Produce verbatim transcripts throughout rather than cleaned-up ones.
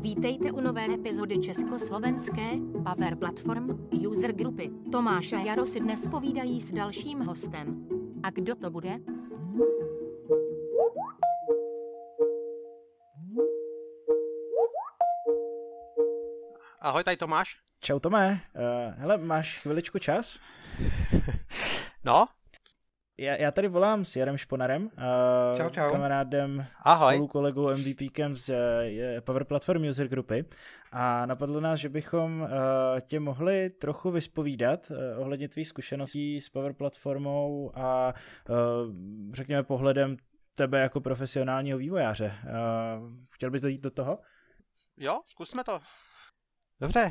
Vítejte u nové epizody československé Power Platform User Grupy. Tomáš a Jaro si dnes povídají s dalším hostem. A kdo to bude? Ahoj, tady Tomáš. Čau Tomé, uh, hele, máš chviličku čas? No? Já, já tady volám s Jarem Šponarem, uh, čau, čau. kamarádem, Ahoj. spolukolegou MVPkem z uh, Power Platform User Grupy a napadlo nás, že bychom uh, tě mohli trochu vyspovídat uh, ohledně tvých zkušeností s Power Platformou a uh, řekněme pohledem tebe jako profesionálního vývojáře. Uh, chtěl bys dojít do toho? Jo, zkusme to. Dobře.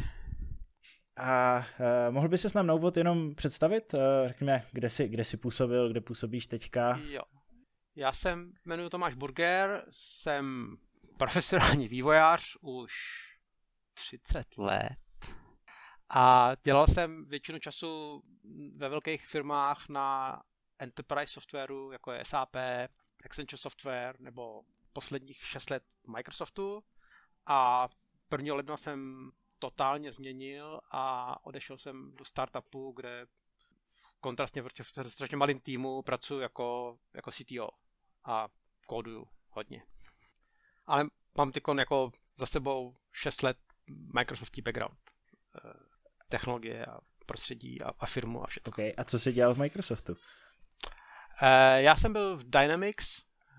A uh, mohl by ses nám na úvod jenom představit? Uh, řekněme, kde jsi, kde jsi působil, kde působíš teďka? Jo. Já jsem, jmenuji Tomáš Burger, jsem profesionální vývojář už třicet let a dělal jsem většinu času ve velkých firmách na enterprise softwaru, jako je S A P, Accenture Software nebo posledních šest let Microsoftu a prvního ledna jsem totálně změnil a odešel jsem do startupu, kde kontrastně v strašně malým týmu pracuji jako, jako C T O a kóduju hodně. Ale mám teď jako za sebou šest let Microsoftí background. Technologie a prostředí a, a firmu a všechno. Okay. A co jsi dělal v Microsoftu? Já jsem byl v Dynamics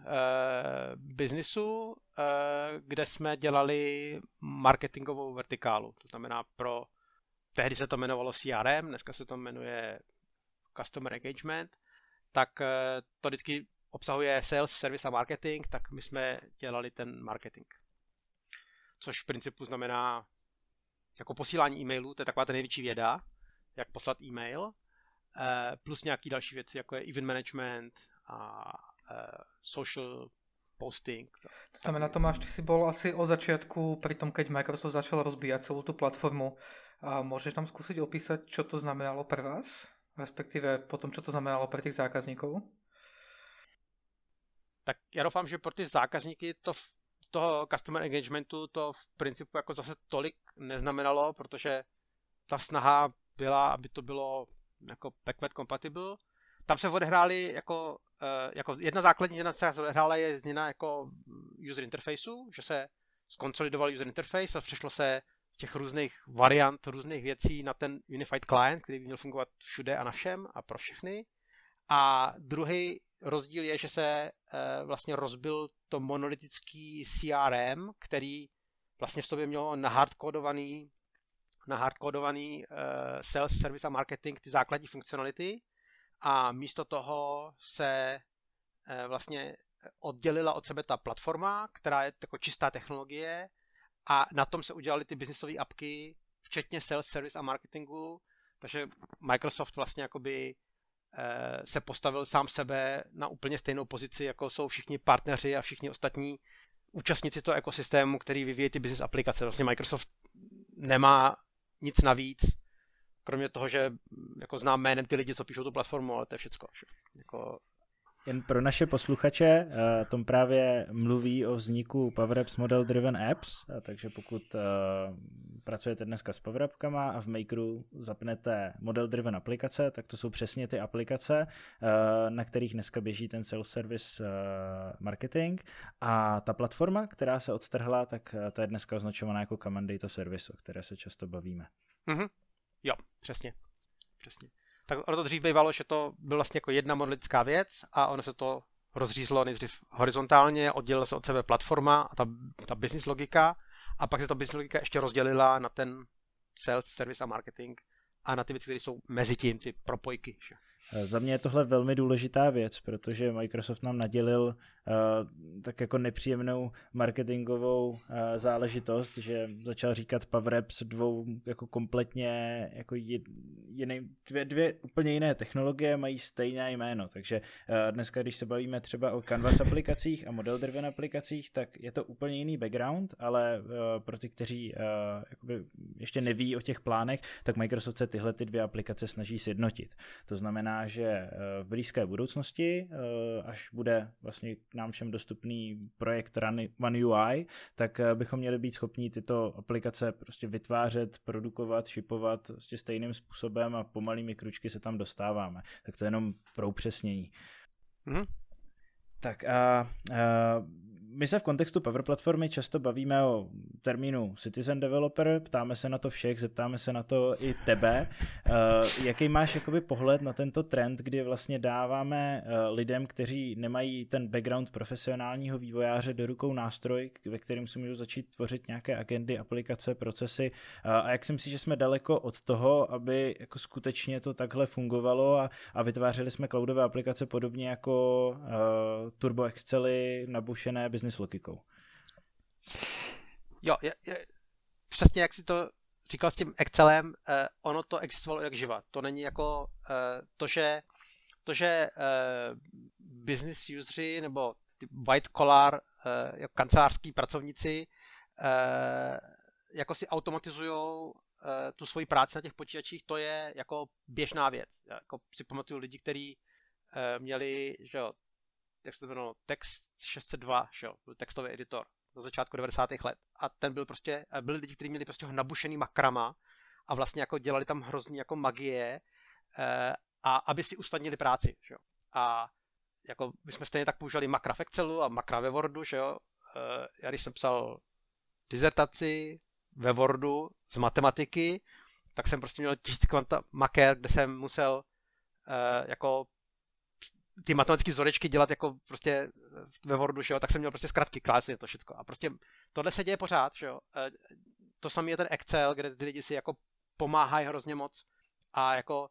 businessu, kde jsme dělali marketingovou vertikálu. To znamená pro, tehdy se to jmenovalo C R M, dneska se to jmenuje Customer Engagement, tak to vždycky obsahuje sales, service a marketing, tak my jsme dělali ten marketing. Což v principu znamená jako posílání e-mailů, to je taková ta největší věda, jak poslat e-mail, plus nějaký další věci, jako je event management a social posting. To znamená, Tomáš, ty si bol asi od začiatku pri tom, keď Microsoft začal rozbíjať celú tú platformu. A môžeš nám skúsiť opísať, čo to znamenalo pre vás? Respektíve potom, čo to znamenalo pre tých zákazníkov? Tak já doufám, že pro ty zákazníky to v toho customer engagementu to v principu jako zase tolik neznamenalo, protože ta snaha byla, aby to bylo jako backward compatible. Tam se odehrály jako, jako jedna základní jedna, která se odehrála, je změna jako user interfaceu, že se skonsolidoval user interface a přešlo se z těch různých variant, různých věcí na ten unified client, který by měl fungovat všude a na všem a pro všechny. A druhý rozdíl je, že se vlastně rozbil to monolitický C R M, který vlastně v sobě mělo nahardkodovaný nahardkodovaný sales, service a marketing, ty základní funkcionality. A místo toho se vlastně oddělila od sebe ta platforma, která je jako čistá technologie a na tom se udělaly ty businessové apky, včetně sales, service a marketingu, takže Microsoft vlastně jakoby se postavil sám sebe na úplně stejnou pozici, jako jsou všichni partneři a všichni ostatní účastníci toho ekosystému, který vyvíjí ty business aplikace. Vlastně Microsoft nemá nic navíc, kromě toho, že jako znám jménem ty lidi, co píšou tu platformu, ale to je všecko. Jako... Jen pro naše posluchače, Tom právě mluví o vzniku Power Apps Model Driven Apps, takže pokud uh, pracujete dneska s Power Appkama a v Makeru zapnete Model Driven aplikace, tak to jsou přesně ty aplikace, uh, na kterých dneska běží ten sales service uh, marketing a ta platforma, která se odtrhla, tak ta je dneska označovaná jako Command Data Service, o které se často bavíme. Mhm. Jo, přesně. Přesně. Tak ono to dřív bývalo, že to byla vlastně jako jedna monolitická věc a ono se to rozřízlo nejdřív horizontálně, oddělila se od sebe platforma a ta, ta business logika a pak se ta business logika ještě rozdělila na ten sales, service a marketing a na ty věci, které jsou mezi tím, ty propojky. Že? Za mě je tohle velmi důležitá věc, protože Microsoft nám nadělil uh, tak jako nepříjemnou marketingovou uh, záležitost, že začal říkat Power Apps dvou jako kompletně jako jiný, dvě, dvě úplně jiné technologie mají stejné jméno, takže uh, dneska, když se bavíme třeba o Canvas aplikacích a model driven aplikacích, tak je to úplně jiný background, ale uh, pro ty, kteří uh, jakoby ještě neví o těch plánech, tak Microsoft se tyhle ty dvě aplikace snaží sjednotit. To znamená, že v blízké budoucnosti, až bude vlastně nám všem dostupný projekt One U I, tak bychom měli být schopni tyto aplikace prostě vytvářet, produkovat, shipovat prostě stejným způsobem a pomalými kručky se tam dostáváme. Tak to je jenom pro upřesnění. Mm-hmm. Tak a, a my se v kontextu Power Platformy často bavíme o termínu Citizen Developer, ptáme se na to všech, zeptáme se na to i tebe. Uh, jaký máš jakoby pohled na tento trend, kdy vlastně dáváme uh, lidem, kteří nemají ten background profesionálního vývojáře, do rukou nástroj, ve kterém si můžou začít tvořit nějaké agendy, aplikace, procesy. Uh, a jak si myslíš, že jsme daleko od toho, aby jako skutečně to takhle fungovalo a, a vytvářeli jsme cloudové aplikace podobně jako uh, Turbo Excely nabušené business logikou. Jo, je, je, přesně jak si to říkal s tím Excelem, eh, ono to existovalo jak živa. To není jako eh, to, že, to, že eh, business useři nebo ty white collar eh, jako kancelářský pracovníci eh, jako si automatizujou eh, tu svoji práci na těch počítačích, to je jako běžná věc. Já jako si pamatuju lidi, kteří eh, měli, že jo, jak se to jmenovalo, Text šest set dva, že jo, byl textový editor na začátku devadesátých let. A ten byl prostě, byli lidi, kteří měli prostě ho nabušený makrama a vlastně jako dělali tam hrozný jako magie, eh, a aby si usnadnili práci, že jo. A jako my jsme stejně tak používali makra v Excelu a makra ve Wordu, že jo. Eh, já když jsem psal dizertaci ve Wordu z matematiky, tak jsem prostě měl tisíc kvanta maker, kde jsem musel eh, jako ty matematické vzorečky dělat jako prostě ve Wordu, že jo, tak jsem měl prostě zkratky, krásně to všecko. A prostě tohle se děje pořád, že jo. To samé je ten Excel, kde ty lidi si jako pomáhají hrozně moc a jako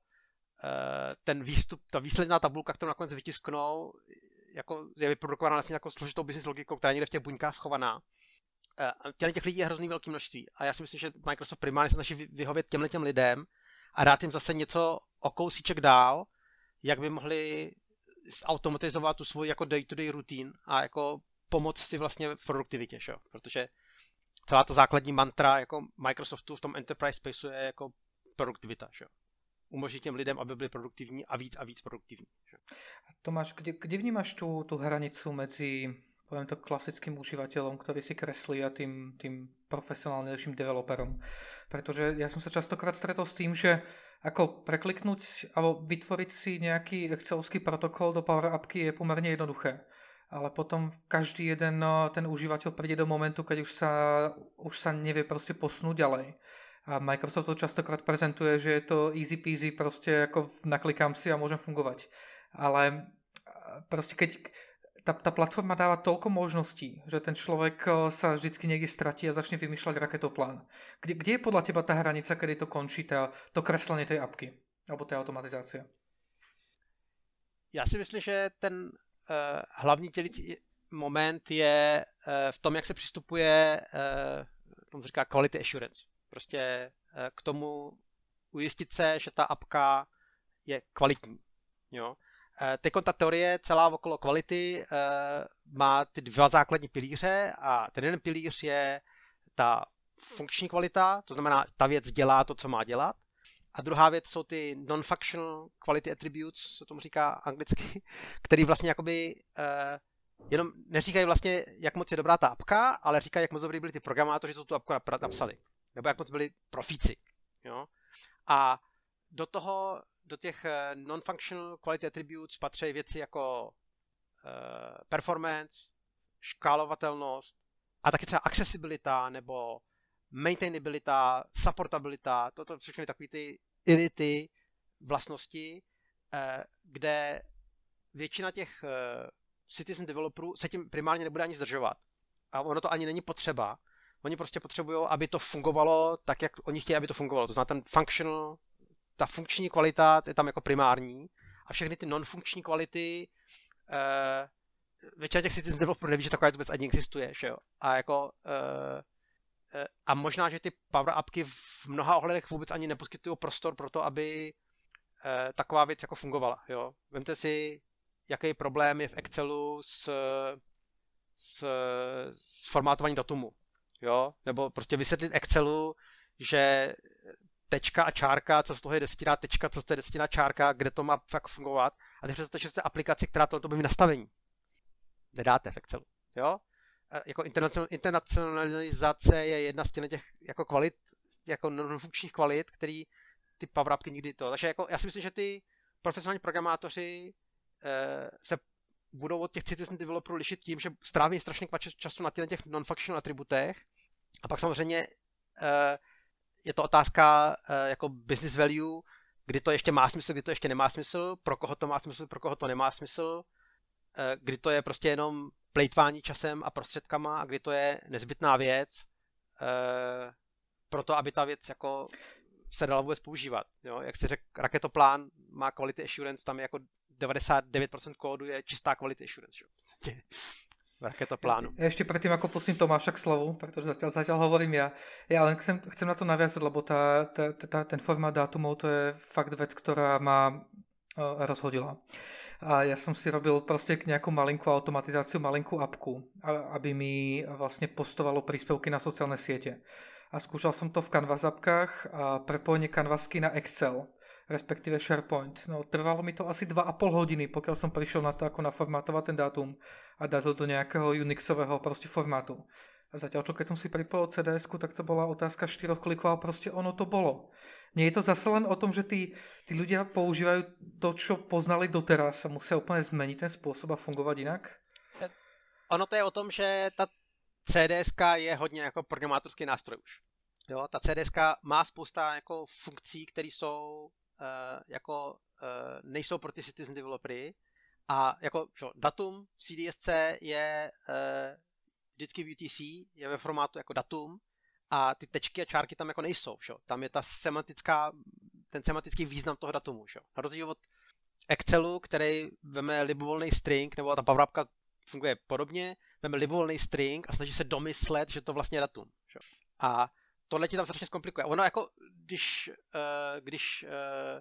ten výstup, ta výsledná tabulka, kterou nakonec vytisknou, jako je vyprodukovaná vlastně jako složitou business logikou, která je někde v těch buňkách schovaná. Těle těch lidí je hrozný velký množství a já si myslím, že Microsoft primárně se snaží vyhovět těmhle těm lidem a dát jim zase něco o kousíček dál, jak by mohli automatizovat tu svoji jako day-to-day rutín a jako pomoct si vlastně v produktivitě, šo? Protože celá ta základní mantra jako Microsoftu v tom enterprise spaceu je jako produktivita, šo? Umožnit těm lidem, aby byli produktivní a víc a víc produktivní. Šo? Tomáš, kde, kde vnímaš tu, tu hranicu mezi, poviem to, klasickým užívateľom, ktorý si kreslí, a tým, tým profesionálnejším developerom? Pretože ja som sa častokrát stretol s tým, že ako prekliknúť alebo vytvoriť si nejaký excelovský protokol do Power Appky je pomerne jednoduché. Ale potom každý jeden ten užívateľ príde do momentu, keď už sa, už sa nevie proste posunúť ďalej. A Microsoft to častokrát prezentuje, že je to easy peasy, proste ako naklikám si a môžem fungovať. Ale proste keď tá, tá platforma dáva toľko možností, že ten človek sa vždycky niekde stratí a začne vymýšľať raketoplán. Kde, kde je podľa teba tá hranica, kedy to končí, tá, to kreslenie tej apky? Alebo tá automatizácia? Já si myslím, že ten uh, hlavní dělící moment je uh, v tom, jak se přistupuje, uh, tomu se říká quality assurance. Prostě uh, k tomu ujistit se, že ta apka je kvalitní. Jo? Teď ta teorie celá okolo kvality má ty dva základní pilíře a ten jeden pilíř je ta funkční kvalita, to znamená, ta věc dělá to, co má dělat. A druhá věc jsou ty non-functional quality attributes, se tomu říká anglicky, který vlastně jakoby jenom neříkají vlastně, jak moc je dobrá ta apka, ale říkají, jak moc dobrý byli ty programátoři, co tu apku napsali. Nebo jak moc byli profíci. Jo? A do toho do těch non-functional quality attributes patří věci jako uh, performance, škálovatelnost a taky třeba accessibilita nebo maintainabilita, supportabilita, toto všechny takové ty elity vlastnosti, uh, kde většina těch uh, citizen developerů se tím primárně nebude ani zdržovat. A ono to ani není potřeba. Oni prostě potřebují, aby to fungovalo tak, jak oni chtějí, aby to fungovalo. To znamená ten functional, ta funkční kvalita je tam jako primární a všechny ty non-funkční kvality eh, většina těch citizen developerů neví, že taková vůbec ani existuje, že jo. A jako eh, eh, a možná, že ty power appky v mnoha ohledech vůbec ani neposkytují prostor pro to, aby eh, taková věc jako fungovala, jo. Vemte si, jaký problém je v Excelu s, s, s formátováním datumu, jo. Nebo prostě vysvětlit Excelu, že tečka a čárka, co z toho je desetiná tečka, co z toho je desetiná čárka, kde to má fakt fungovat. A teď představte, že jste aplikaci, která tohle bude mít nastavení. nedáte v Excelu, jo? Jako internacionalizace je jedna z těch jako kvalit, jako non-funkčních kvalit, který ty power upky nikdy to. Takže jako já si myslím, že ty profesionální programátoři eh, se budou od těch citizen developerů lišit tím, že stráví strašně času na těch non-functional atributech a pak samozřejmě eh, je to otázka eh, jako business value, kdy to ještě má smysl, kdy to ještě nemá smysl, pro koho to má smysl, pro koho to nemá smysl, eh, kdy to je prostě jenom plejtvání časem a prostředkama a kdy to je nezbytná věc eh, pro to, aby ta věc jako se dala vůbec používat. Jo? Jak si řekl, raketoplán má quality assurance, tam je jako devadesát devět procent kódu je čistá quality assurance. Jo? Raketoplánu. Ja ešte predtým, ako pustím Tomáša k slovu, pretože zatiaľ, zatiaľ hovorím ja, ja len chcem, chcem na to naviazať, lebo tá, tá, tá, ten formát dátumov to je fakt vec, ktorá ma uh, rozhodila. A ja som si robil proste nejakú malinkú automatizáciu, malinkú apku, aby mi vlastne postovalo príspevky na sociálne siete. A skúšal som to v Canvas apkách a prepojenie Canvasky na Excel, respektíve SharePoint. No, trvalo mi to asi dva a pol hodiny, pokiaľ som prišiel na to, ako naformátovať ten dátum a dať to do nejakého Unixového proste formátu. A zatiaľ, čo keď som si pripojil cé dé esku, tak to bola otázka štyroch klikov a proste ono to bolo. Nie je to zase len o tom, že tí, tí ľudia používajú to, čo poznali doteraz a musia úplne zmeniť ten spôsob a fungovať inak? Ono to je o tom, že ta cé dé eska je hodně jako programátorský nástroj už. Jo, ta cé dé eska má spousta jako funkcí, které jsou uh, jako uh, nejsou pro ty citizen developery a jako čo, datum v C D S C je uh, vždycky v U T C, je ve formátu jako datum a ty tečky a čárky tam jako nejsou. Šo? Tam je ta semantická, ten semantický význam toho datumu. Šo? Na rozdíl od Excelu, který veme libovolný string, nebo ta powerupka funguje podobně, veme libovolný string a snaží se domyslet, že to vlastně je datum. Šo? A tohle ti tam strašně zkomplikuje. Ono jako, když, uh, když uh,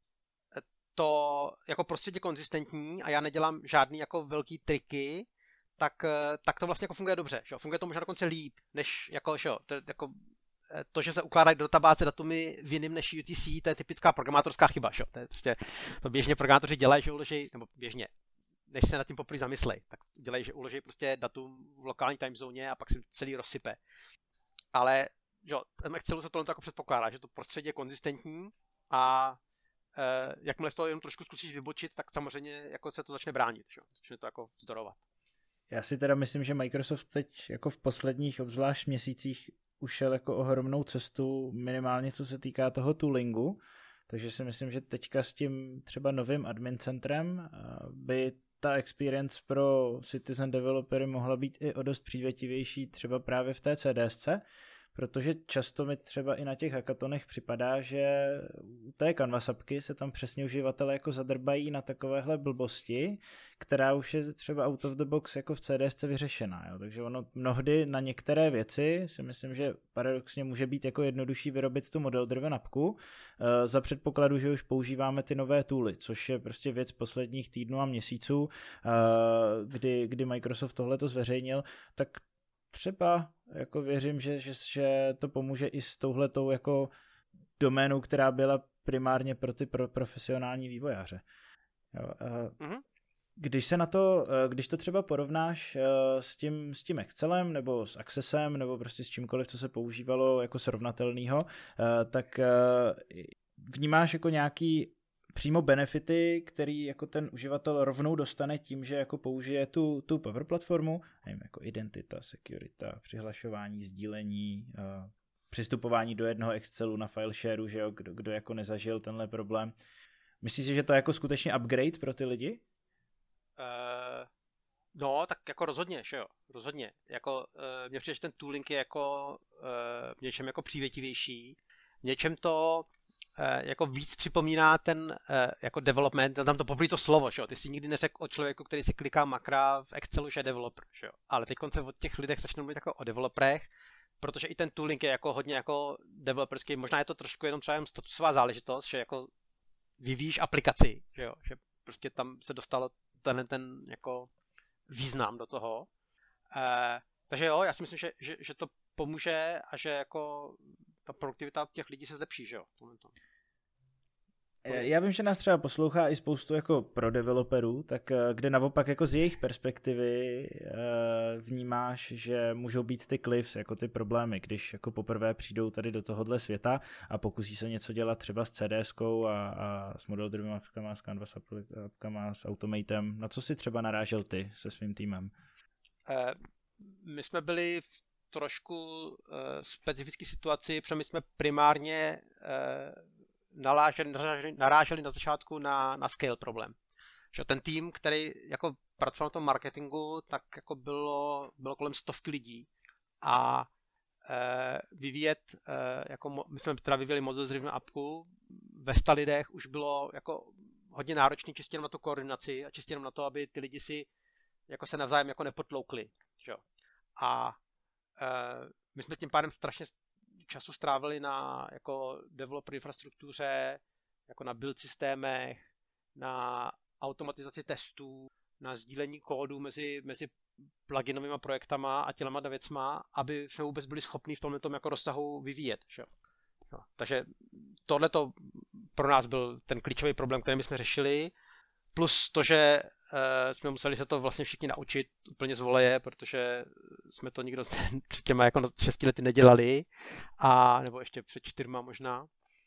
to jako prostředí konzistentní a já nedělám žádný jako velký triky, tak, tak to vlastně jako funguje dobře. Že? Funguje to možná dokonce líp, než jako, že? To, jako, to, že se ukládají do databáze datumy v jiným než U T C, to je typická programátorská chyba. Že? To, je prostě, to běžně programátoři dělají, že uloží, nebo běžně, než se nad tím poprvé zamyslej, tak dělají, že uloží prostě datum v lokální time zóně a pak si celý rozsype. Ale jo, v Excelu se tohle jako předpokládá, že to prostředí je konzistentní a eh, jakmile z toho jenom trošku zkusíš vybočit, tak samozřejmě jako se to začne bránit. Že? Začne to jako vzdorovat. Já si teda myslím, že Microsoft teď jako v posledních obzvlášť měsících ušel jako ohromnou cestu minimálně co se týká toho toolingu, takže si myslím, že teďka s tím třeba novým admin centrem by ta experience pro citizen developery mohla být i o dost přívětivější třeba právě v té C D S C, protože často mi třeba i na těch hackathonech připadá, že u té Canvas apky se tam přesně uživatelé jako zadrbají na takovéhle blbosti, která už je třeba out of the box jako v C D S C vyřešená. Jo. Takže ono mnohdy na některé věci si myslím, že paradoxně může být jako jednodušší vyrobit tu model driven apku uh, za předpokladu, že už používáme ty nové tooly, což je prostě věc posledních týdnů a měsíců, uh, kdy, kdy Microsoft tohleto zveřejnil, tak třeba jako věřím, že, že, že to pomůže i s touhletou jako doménou, která byla primárně pro ty pro profesionální vývojáře. Jo, mm-hmm. Když se na to, když to třeba porovnáš s tím, s tím Excelem nebo s Accessem nebo prostě s čímkoliv, co se používalo jako srovnatelného, tak vnímáš jako nějaký přímo benefity, který jako ten uživatel rovnou dostane tím, že jako použije tu, tu Power platformu, nevím, jako identita, securita, přihlašování, sdílení, uh, přistupování do jednoho Excelu na file shareu, že jo, kdo, kdo jako nezažil tenhle problém. Myslíš si, že to je jako skutečně upgrade pro ty lidi? Uh, no, tak jako rozhodně, že jo, rozhodně. Jako, uh, mně přijde, že ten tooling je jako uh, v něčem jako přívětivější, v něčem to jako víc připomíná ten jako development, tam to poprvé to slovo, že jo? Ty si nikdy neřekl o člověku, který si kliká makra v Excelu, že je developer, že jo? Ale teď se od těch lidech začne mluvit jako o developerech, protože i ten tooling je jako hodně jako developerský, možná je to trošku jenom třeba statusová záležitost, že jako vyvíjíš aplikaci, že jo? Že prostě tam se dostalo ten, ten jako význam do toho. E, takže jo, já si myslím, že, že, že to pomůže a že jako ta produktivita těch lidí se zlepší, že jo? Já vím, že nás třeba poslouchá i spoustu jako pro developerů, tak kde naopak jako z jejich perspektivy vnímáš, že můžou být ty cliffs, jako ty problémy, když jako poprvé přijdou tady do tohohle světa a pokusí se něco dělat třeba s CDSkou a, a s model driven appkama, s Canvas appkama, s Automatem. Na co si třeba narážel ty se svým týmem? Uh, my jsme byli v trošku uh, specifické situaci, protože my jsme primárně uh, naráželi, naráželi, naráželi na začátku na, na scale problém. Že ten tým, který jako pracoval na tom marketingu, tak jako bylo, bylo kolem stovky lidí a e, vyvíjet, e, jako my jsme teda vyvíjeli model driven appku, ve sta lidech už bylo jako hodně náročný čistě jenom na tu koordinaci a čistě jenom na to, aby ty lidi si jako se navzájem jako nepotloukli. Že? A e, my jsme tím pádem strašně času strávili na jako developer infrastruktuře, jako na build systémech, na automatizaci testů, na sdílení kódu mezi, mezi pluginovými projektama a tělema věcma, aby jsme vůbec byli schopni v tomhle tom jako rozsahu vyvíjet. Že? Jo. Takže tohle to pro nás byl ten klíčový problém, který my jsme řešili, plus to, že uh, jsme museli se to vlastně všichni naučit úplně z voleje, protože jsme to nikdo před těma jako šesti lety nedělali, a, nebo ještě před čtyřma možná.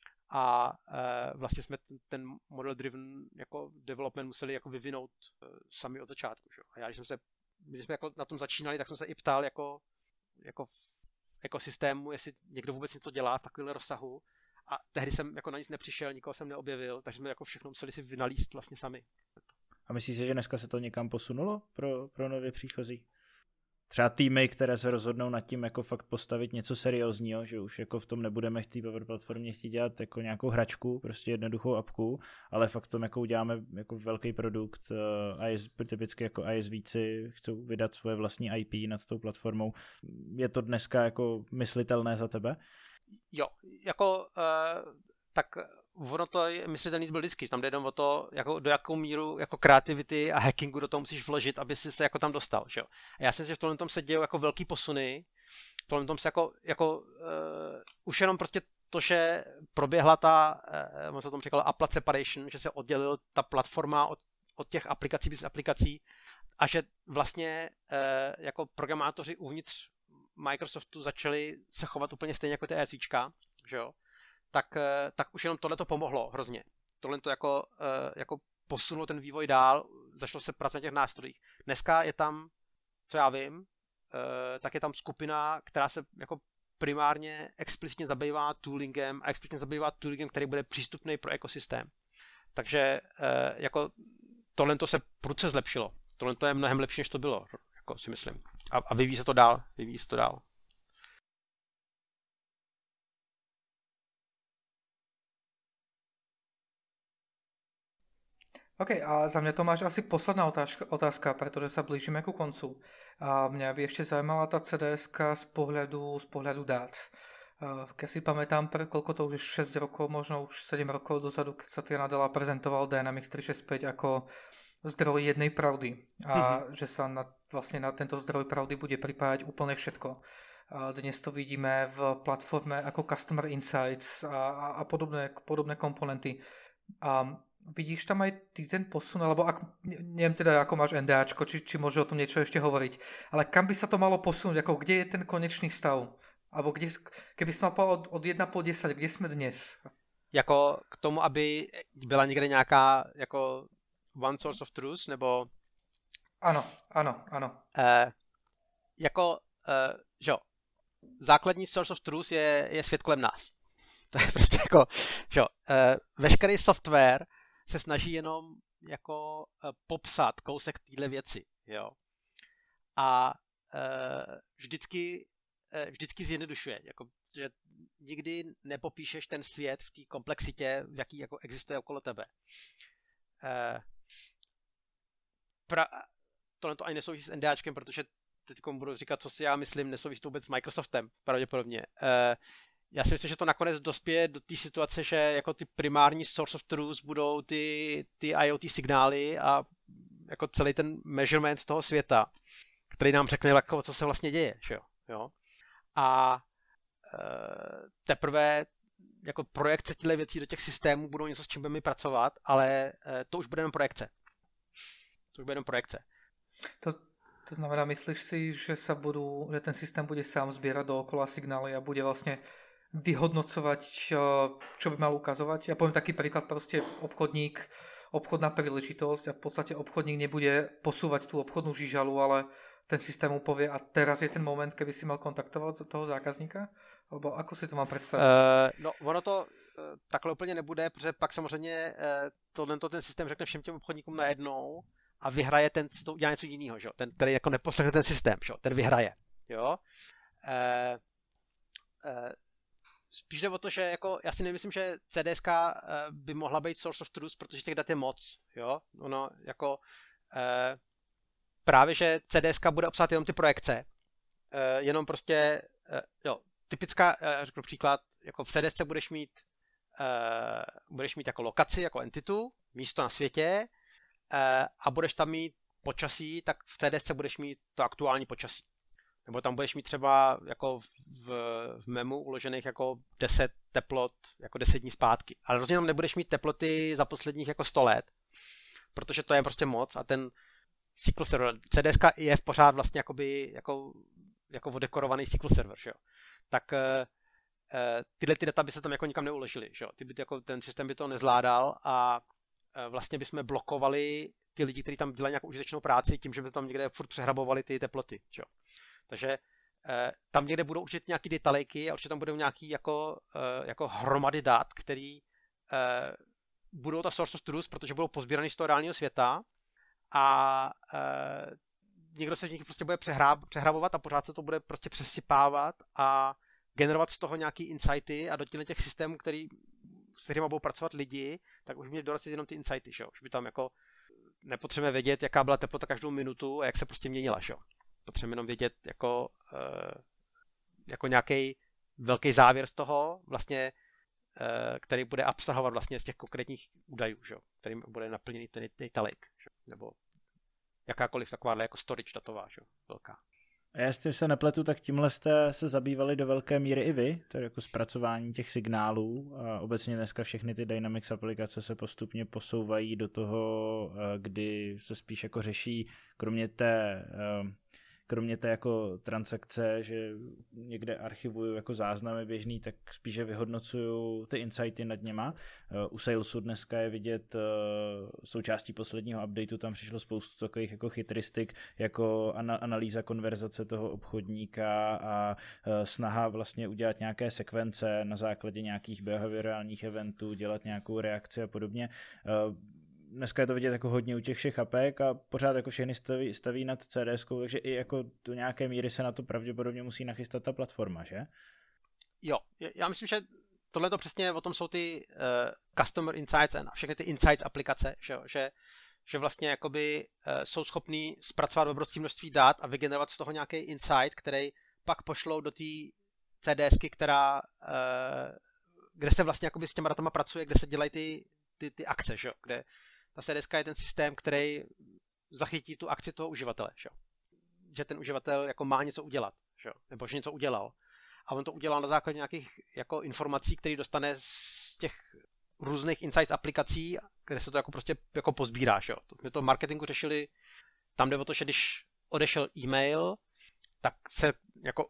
A uh, vlastně jsme ten model driven jako development museli jako vyvinout uh, sami od začátku. Že? A já, když jsem se, když jsme jako na tom začínali, tak jsem se i ptal jako, jako v ekosystému, jestli někdo vůbec něco dělá v takovéhle rozsahu. A tehdy jsem jako na nic nepřišel, nikoho jsem neobjevil, takže jsme jako všechno museli si vynalíst vlastně sami. A myslíš si, že dneska se to někam posunulo pro, pro nově příchozí? Třeba týmy, které se rozhodnou nad tím jako fakt postavit něco seriózního, že už jako v tom nebudeme chtít Power Platformě chtít dělat jako nějakou hračku, prostě jednoduchou appku, ale fakt v tom jako uděláme jako velký produkt, uh, typicky jako ISVci chcou vydat svoje vlastní I P nad tou platformou. Je to dneska jako myslitelné za tebe? Jo, jako uh, tak ono to je myslitelný byl vždycky, tam jde jenom o to, jako, do jakou míru jako kreativity a hackingu do toho musíš vložit, aby si se jako tam dostal. Že jo? A já si myslím, že v tomhle tom se dějí jako velký posuny, v tomhle tom se jako, jako uh, už jenom prostě to, že proběhla ta, uh, on se tomu říkalo applet separation, že se oddělil ta platforma od, od těch aplikací, business aplikací a že vlastně uh, jako programátoři uvnitř Microsoftu začali se chovat úplně stejně jako ty ESIčka, že jo? Tak, tak už jenom tohle to pomohlo hrozně. Tohle to jako, jako posunulo ten vývoj dál, začalo se pracovat na těch nástrojích. Dneska je tam, co já vím, tak je tam skupina, která se jako primárně explicitně zabývá toolingem a explicitně zabývá toolingem, který bude přístupný pro ekosystém. Takže jako tohle to se prudce zlepšilo. Tohle to je mnohem lepší, než to bylo, jako si myslím. A, a vyvíjí se to dál, vyvíjí se to dál. OK, a za mňa to máš asi posledná otázka, otázka, pretože sa blížime ku koncu. A mňa by ešte zaujímala tá cé dé eska z pohľadu, z pohľadu dát. Keď si pamätám, pre koľko to už je šesť rokov, možno už sedem rokov dozadu, keď sa Tia Nadella prezentoval Dynamics tri šesť päť ako zdroj jednej pravdy. A mm-hmm. že sa na, vlastne na tento zdroj pravdy bude pripájať úplne všetko. A dnes to vidíme v platforme ako Customer Insights a, a podobné, podobné komponenty. A vidíš tam aj ty ten posun, alebo ak, neviem teda, ako máš NDAčko, či, či môže o tom niečo ešte hovoriť, ale kam by sa to malo posunúť, ako kde je ten konečný stav? Alebo kde, keby si mal od, od jedna po desať, kde jsme dnes? Jako k tomu, aby byla někde nějaká jako one source of truth, nebo... Ano, ano, ano. Eh, jako, eh, že jo, základní source of truth je, je svět kolem nás. To je prostě jako, že jo, eh, veškerý software se snaží jenom jako eh, popsat kousek téhle věci, jo. A eh, vždycky vždycky zjednodušuje, jako, že nikdy nepopíšeš ten svět v té komplexitě, v jaký jako existuje okolo tebe. Eh, pra, tohle to ani nesouvisí s NDAčkem, protože teď budu říkat, co si já myslím, nesouvisí to vůbec s Microsoftem, pravděpodobně. Eh, já si myslím, že to nakonec dospěje do té situace, že jako ty primární source of truth budou ty, ty IoT signály a jako celý ten measurement toho světa, který nám řekne, jako, co se vlastně děje, že jo. jo? A e, teprve jako projekce těchto věcí do těch systémů budou něco, s čím budeme pracovat, ale to už bude jenom projekce. To už bude jenom projekce. To, to znamená, myslíš si, že sa budú, že ten systém bude sám zbierať dookola signály a bude vlastne vyhodnocovať, čo, čo by mal ukazovať? Ja poviem taký príklad, proste obchodník, obchodná príležitosť a v podstate obchodník nebude posúvať tú obchodnú žížalu, ale ten systém mu povie a teraz je ten moment, keby si mal kontaktovať toho zákazníka? Alebo ako si to mám predstaviť? Uh, no, ono to uh, takhle úplně nebude, protože pak samozřejmě uh, tohle ten systém řekne všem těm obchodníkům najednou a vyhraje ten, co to udělá něco jiného, že? Ten, který jako neposlechne ten systém, že? Ten vyhraje. Jo? Uh, uh, spíš jde o to, že jako, já si nemyslím, že C D S K uh, by mohla být source of truth, protože těch dat je moc. Jo? Ono jako uh, právě, že C D S K bude obsahovat jenom ty projekce, uh, jenom prostě uh, jo, typická, uh, řeknu příklad, jako v C D S C budeš mít uh, budeš mít jako lokaci, jako entitu, místo na světě, a budeš tam mít počasí, tak v C D S C budeš mít to aktuální počasí. Nebo tam budeš mít třeba jako v, v memu uložených jako deset teplot, jako deset dní zpátky. Ale rozhodně tam nebudeš mít teploty za posledních jako sto let, protože to je prostě moc a ten S Q L server, C D S K je v pořád vlastně jakoby, jako, jako odekorovaný S Q L server, že jo. Tak uh, tyhle ty data by se tam jako nikam neuložily, že jo. Ty by, jako, ten systém by to nezvládal a vlastně bychom blokovali ty lidi, kteří tam dělají nějakou užitečnou práci tím, že by tam někde furt přehrabovali ty teploty. Čo? Takže eh, tam někde budou určitě nějaký detailejky a určitě tam budou nějaký jako, eh, jako hromady dat, který eh, budou ta source of truth, protože budou pozbíraný z toho reálního světa a eh, někdo se z nich prostě bude přehráb, přehrabovat a pořád se to bude prostě přesypávat a generovat z toho nějaký insighty a do těch systémů, který s kterými budou pracovat lidi, tak už mě dorazit jenom ty insighty, že? Už by tam jako nepotřebujeme vědět, jaká byla teplota každou minutu a jak se prostě měnila, že? Potřebujeme jenom vědět jako, uh, jako nějaký velký závěr z toho, vlastně, uh, který bude abstrahovat vlastně z těch konkrétních údajů, že? Kterým bude naplněný ten data lake, že? Nebo jakákoliv takováhle jako storage datová, že? Velká. A jestli se nepletu, tak tímhle jste se zabývali do velké míry i vy, tedy jako zpracování těch signálů a obecně dneska všechny ty Dynamics aplikace se postupně posouvají do toho, kdy se spíš jako řeší, kromě té, kromě té jako transakce, že někde archivuju jako záznamy běžný, tak spíše vyhodnocuju ty insighty nad něma. U Salesu dneska je vidět součástí posledního updateu, tam přišlo spoustu takových jako chytristik, jako analýza konverzace toho obchodníka a snaha vlastně udělat nějaké sekvence na základě nějakých behaviorálních eventů, dělat nějakou reakci a podobně. Dneska je to vidět jako hodně u těch všech apek a pořád jako všechny staví, staví nad C D S kou, takže i jako do nějaké míry se na to pravděpodobně musí nachystat ta platforma, že? Jo, já myslím, že tohle to přesně o tom jsou ty uh, Customer Insights a všechny ty Insights aplikace, že, že, že vlastně jakoby uh, jsou schopní zpracovat obrovské množství dat a vygenerovat z toho nějaký insight, který pak pošlou do té CDSky, která, uh, kde se vlastně jakoby s těma datama pracuje, kde se dělají ty, ty, ty akce, že? Kde ta C D S K je ten systém, který zachytí tu akci toho uživatele, že, že ten uživatel jako má něco udělat, že? Nebo že něco udělal. A on to udělal na základě nějakých jako informací, které dostane z těch různých insights aplikací, kde se to jako prostě jako pozbírá. Že? My to v marketingu řešili, tam jde o to, že když odešel e-mail, tak se jako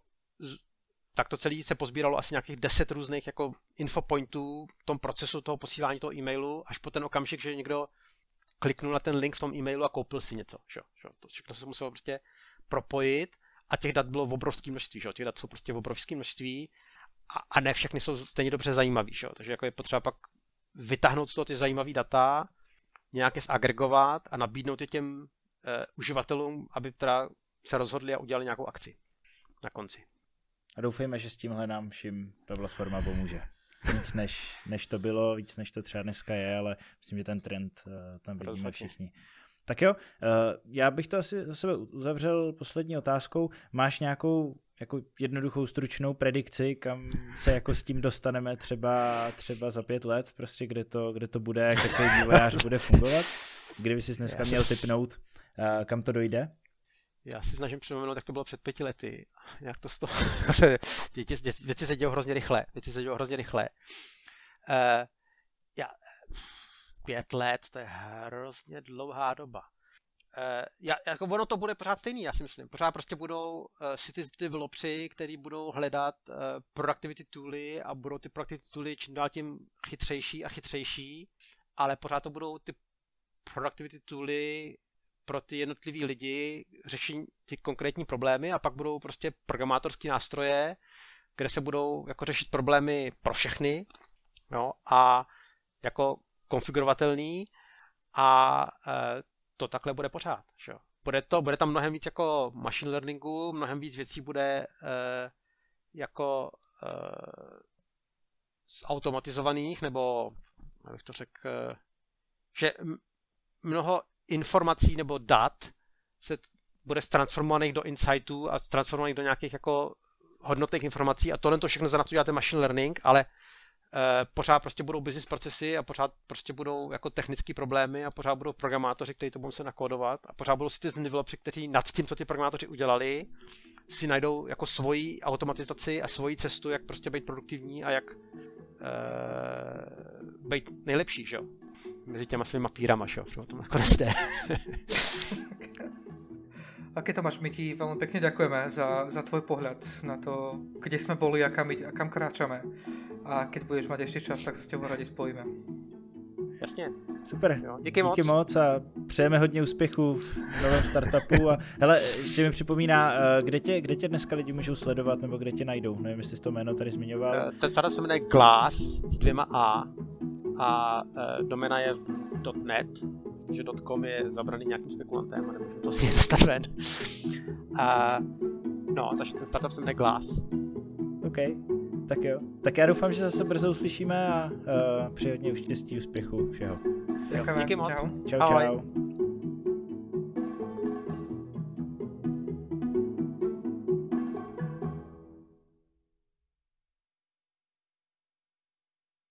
tak to celé se pozbíralo asi nějakých deset různých jako infopointů v tom procesu toho posílání toho e-mailu, až po ten okamžik, že někdo kliknul na ten link v tom e-mailu a koupil si něco. Že? To všechno se muselo prostě propojit a těch dat bylo v obrovském množství. Že? Těch dat jsou prostě v obrovském množství a, a ne všechny jsou stejně dobře zajímavý. Že? Takže jako je potřeba pak vytáhnout z toho ty zajímavé data, nějak je zagregovat a nabídnout je těm eh, uživatelům, aby teda se rozhodli a udělali nějakou akci na konci. A doufejme, že s tímhle nám všim ta platforma pomůže. Víc než, než to bylo, víc než to třeba dneska je, ale myslím, že ten trend uh, tam vidíme Rozhodně. Všichni. Tak jo, uh, já bych to asi za sebe uzavřel poslední otázkou. Máš nějakou jako jednoduchou, stručnou predikci, kam se jako s tím dostaneme třeba, třeba za pět let, prostě kde to, kde to bude, jak takový vývojář bude fungovat? Kdyby jsi dneska měl tipnout, uh, kam to dojde? Já si snažím připomenout, jak to bylo před pěti lety. Jak to z toho... věci se dějou hrozně rychle. Věci se dějou hrozně rychle. Uh, já, pět let, to je hrozně dlouhá doba. Uh, já, jako ono to bude pořád stejný, já si myslím. Pořád prostě budou uh, si ty developři, který budou hledat uh, productivity tooly a budou ty productivity tooly čím dál tím chytřejší a chytřejší, ale pořád to budou ty productivity tooly pro ty jednotlivý lidi, řeší ty konkrétní problémy a pak budou prostě programátorský nástroje, kde se budou jako řešit problémy pro všechny, jo, a jako konfigurovatelný a e, to takhle bude pořád. Že? Bude, to, bude tam mnohem víc jako machine learningu, mnohem víc věcí bude e, jako e, zautomatizovaných, nebo abych to řekl, e, že mnoho informací nebo dat se bude transformovaných do insightů a transformovaných do nějakých jako hodnotných informací a tohle to všechno za na to dělá ten machine learning, ale e, pořád prostě budou business procesy a pořád prostě budou jako technické problémy a pořád budou programátoři, kteří to budou se nakódovat a pořád budou citizen developers, kteří nad tím, co ty programátoři udělali, si najdou jako svoji automatizaci a svoji cestu, jak prostě být produktivní a jak e, být nejlepší, že jo? Mezi těma svýma pírama, že jo? To nakonec jde. Aké Tomáš, my ti veľmi pekne ďakujeme za, za tvoj pohľad na to, kde sme boli a kam, a kam kráčame. A keď budeš mať ešte čas, tak sa s tebou radi spojíme. Jasně. Super. Jo, díky, díky moc. moc a přejeme hodně úspěchů v novém startupu. A hele, ještě mi připomíná, kde tě, kde tě dneska lidi můžou sledovat nebo kde tě najdou? Nevím, jestli jsi to jméno tady zmiňoval. Ten startup se jmenuje Glass s dvěma A a domena je .net, že .com je zabraný nějakým spekulantem a nemůžu to si dostat ven. A, no, takže ten startup se jmenuje Glass. OK, tak jo. Tak já doufám, že zase brzo uslyšíme a uh, přeji hodně štěstí, úspěchu, všeho. Děkujeme. Díky moc. Čau. Čau, čau.